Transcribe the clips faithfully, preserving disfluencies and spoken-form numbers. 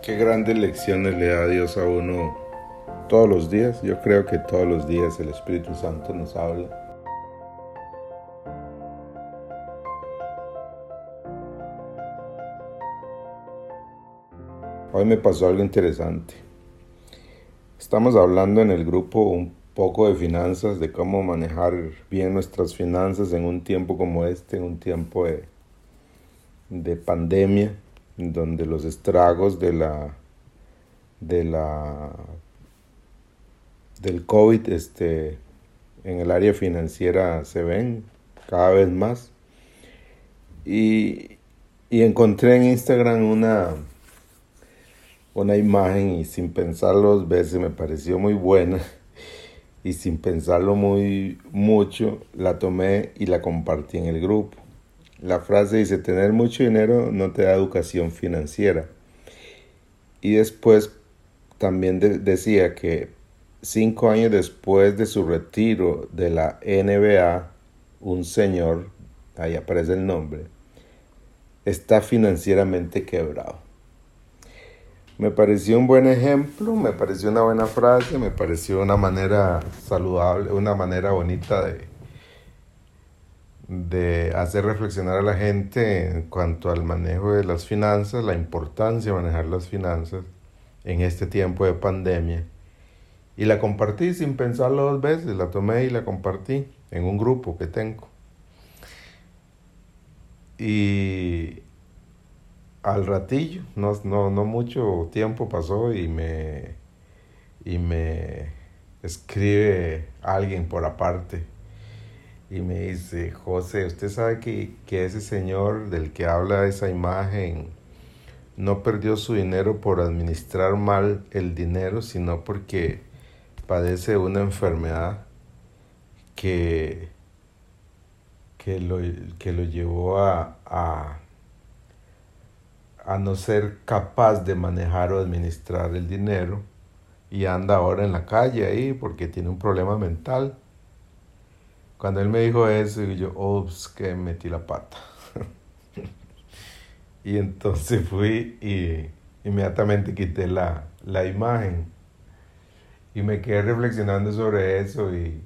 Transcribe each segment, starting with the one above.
Qué grandes lecciones le da Dios a uno todos los días. Yo creo que todos los días el Espíritu Santo nos habla. Hoy me pasó algo interesante. Estamos hablando en el grupo un poco de finanzas, de cómo manejar bien nuestras finanzas en un tiempo como este, en un tiempo de, de pandemia, donde los estragos de la de la del COVID este, en el área financiera se ven cada vez más. Y, y encontré en Instagram una, una imagen y sin pensarlo dos veces me pareció muy buena. Y sin pensarlo muy mucho, la tomé y la compartí en el grupo. La frase dice: tener mucho dinero no te da educación financiera. Y después también de- decía que cinco años después de su retiro de la N B A, un señor, ahí aparece el nombre, está financieramente quebrado. Me pareció un buen ejemplo, me pareció una buena frase, me pareció una manera saludable, una manera bonita de, de hacer reflexionar a la gente en cuanto al manejo de las finanzas, la importancia de manejar las finanzas en este tiempo de pandemia. Y la compartí sin pensarlo dos veces, la tomé y la compartí en un grupo que tengo. Y al ratillo, no, no, no mucho tiempo pasó y me, y me escribe alguien por aparte y me dice: José, ¿usted sabe que, que ese señor del que habla esa imagen no perdió su dinero por administrar mal el dinero, sino porque padece una enfermedad que, que, lo, que lo llevó a, a, a no ser capaz de manejar o administrar el dinero y anda ahora en la calle ahí porque tiene un problema mental? Cuando él me dijo eso, yo, ups, que metí la pata. Y entonces fui y inmediatamente quité la, la imagen y me quedé reflexionando sobre eso y,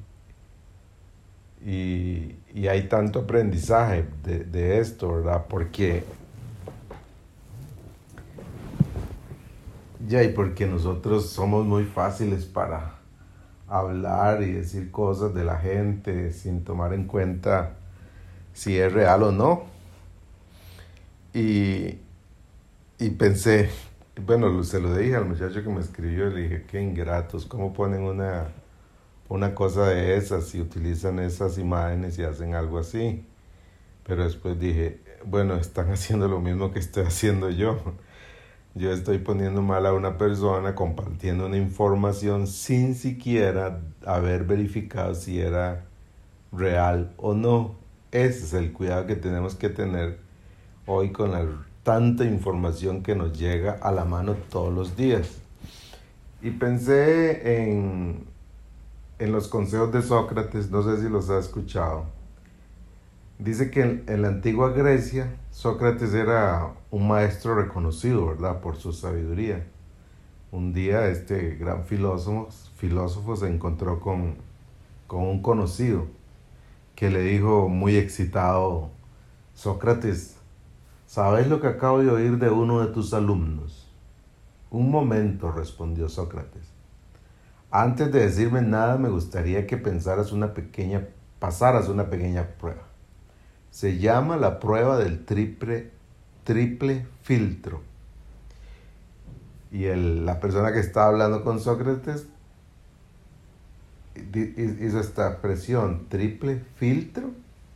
y, y hay tanto aprendizaje de, de esto, ¿verdad? Porque ya, y porque nosotros somos muy fáciles para hablar y decir cosas de la gente sin tomar en cuenta si es real o no. Y, y pensé, bueno, se lo dije al muchacho que me escribió, le dije: qué ingratos, cómo ponen una, una cosa de esas y utilizan esas imágenes y hacen algo así. Pero después dije, bueno, están haciendo lo mismo que estoy haciendo yo. Yo estoy poniendo mal a una persona compartiendo una información sin siquiera haber verificado si era real o no. Ese es el cuidado que tenemos que tener hoy con la tanta información que nos llega a la mano todos los días. Y pensé en, en los consejos de Sócrates, no sé si los has escuchado. Dice que en, en la antigua Grecia, Sócrates era un maestro reconocido, ¿verdad?, por su sabiduría. Un día este gran filósofo, filósofo se encontró con, con un conocido que le dijo muy excitado: Sócrates, ¿sabes lo que acabo de oír de uno de tus alumnos? Un momento, respondió Sócrates. Antes de decirme nada, me gustaría que pensaras una pequeña, pasaras una pequeña prueba. Se llama la prueba del triple, triple filtro. Y el, la persona que estaba hablando con Sócrates hizo esta expresión: triple filtro.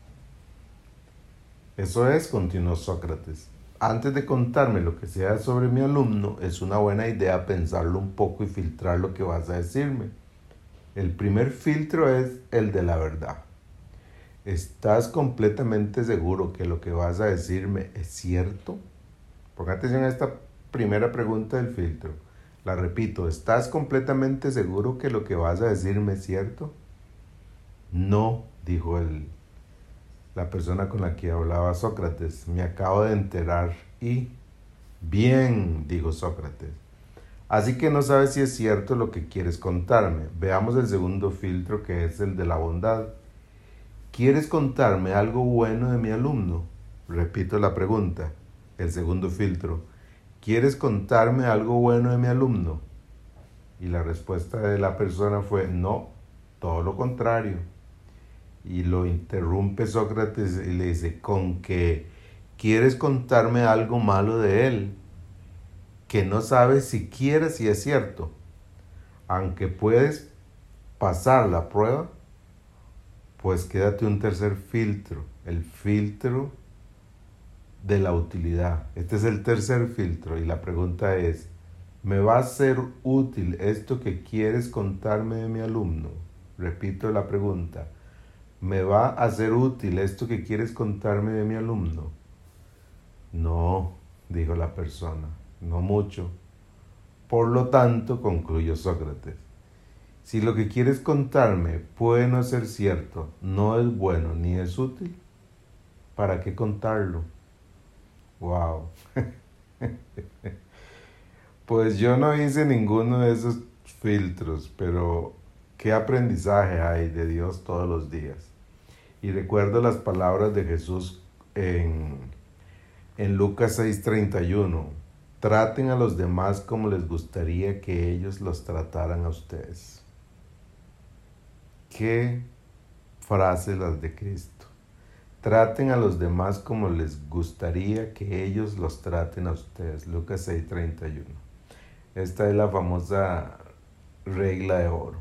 Eso es, continuó Sócrates. Antes de contarme lo que sea sobre mi alumno, es una buena idea pensarlo un poco y filtrar lo que vas a decirme. El primer filtro es el de la verdad. ¿Estás completamente seguro que lo que vas a decirme es cierto? Ponga atención a esta primera pregunta del filtro. La repito: ¿estás completamente seguro que lo que vas a decirme es cierto? No, dijo el, la persona con la que hablaba Sócrates. Me acabo de enterar y Bien, dijo Sócrates. Así que no sabes si es cierto lo que quieres contarme. Veamos el segundo filtro, que es el de la bondad. ¿Quieres contarme algo bueno de mi alumno? Repito la pregunta. El segundo filtro. ¿Quieres contarme algo bueno de mi alumno? Y la respuesta de la persona fue no, todo lo contrario. Y lo interrumpe Sócrates y le dice, ¿con qué quieres contarme algo malo de él? Que no sabes siquiera si es cierto. Aunque puedes pasar la prueba, pues quédate un tercer filtro, el filtro de la utilidad. Este es el tercer filtro y la pregunta es, ¿me va a ser útil esto que quieres contarme de mi alumno? Repito la pregunta, ¿me va a ser útil esto que quieres contarme de mi alumno? No, dijo la persona, no mucho. Por lo tanto, concluyó Sócrates, si lo que quieres contarme puede no ser cierto, no es bueno ni es útil, ¿para qué contarlo? Wow. Pues yo no hice ninguno de esos filtros, pero qué aprendizaje hay de Dios todos los días. Y recuerdo las palabras de Jesús en, en Lucas seis treinta y uno. Traten a los demás como les gustaría que ellos los trataran a ustedes. Qué frases las de Cristo. Traten a los demás como les gustaría que ellos los traten a ustedes. Lucas seis treinta y uno. Esta es la famosa regla de oro.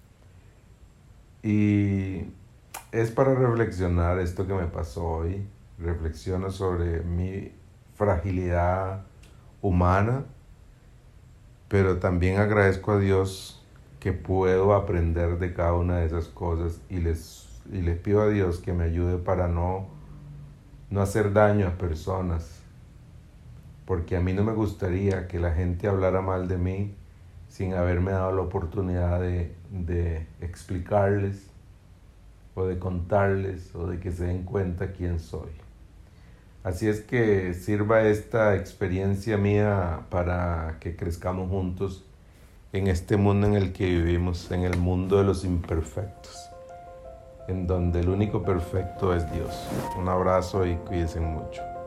Y es para reflexionar esto que me pasó hoy. Reflexiono sobre mi fragilidad humana, pero también agradezco a Dios que puedo aprender de cada una de esas cosas y les, y les pido a Dios que me ayude para no, no hacer daño a personas. Porque a mí no me gustaría que la gente hablara mal de mí sin haberme dado la oportunidad de, de explicarles o de contarles o de que se den cuenta quién soy. Así es que sirva esta experiencia mía para que crezcamos juntos en este mundo en el que vivimos, en el mundo de los imperfectos, en donde el único perfecto es Dios. Un abrazo y cuídense mucho.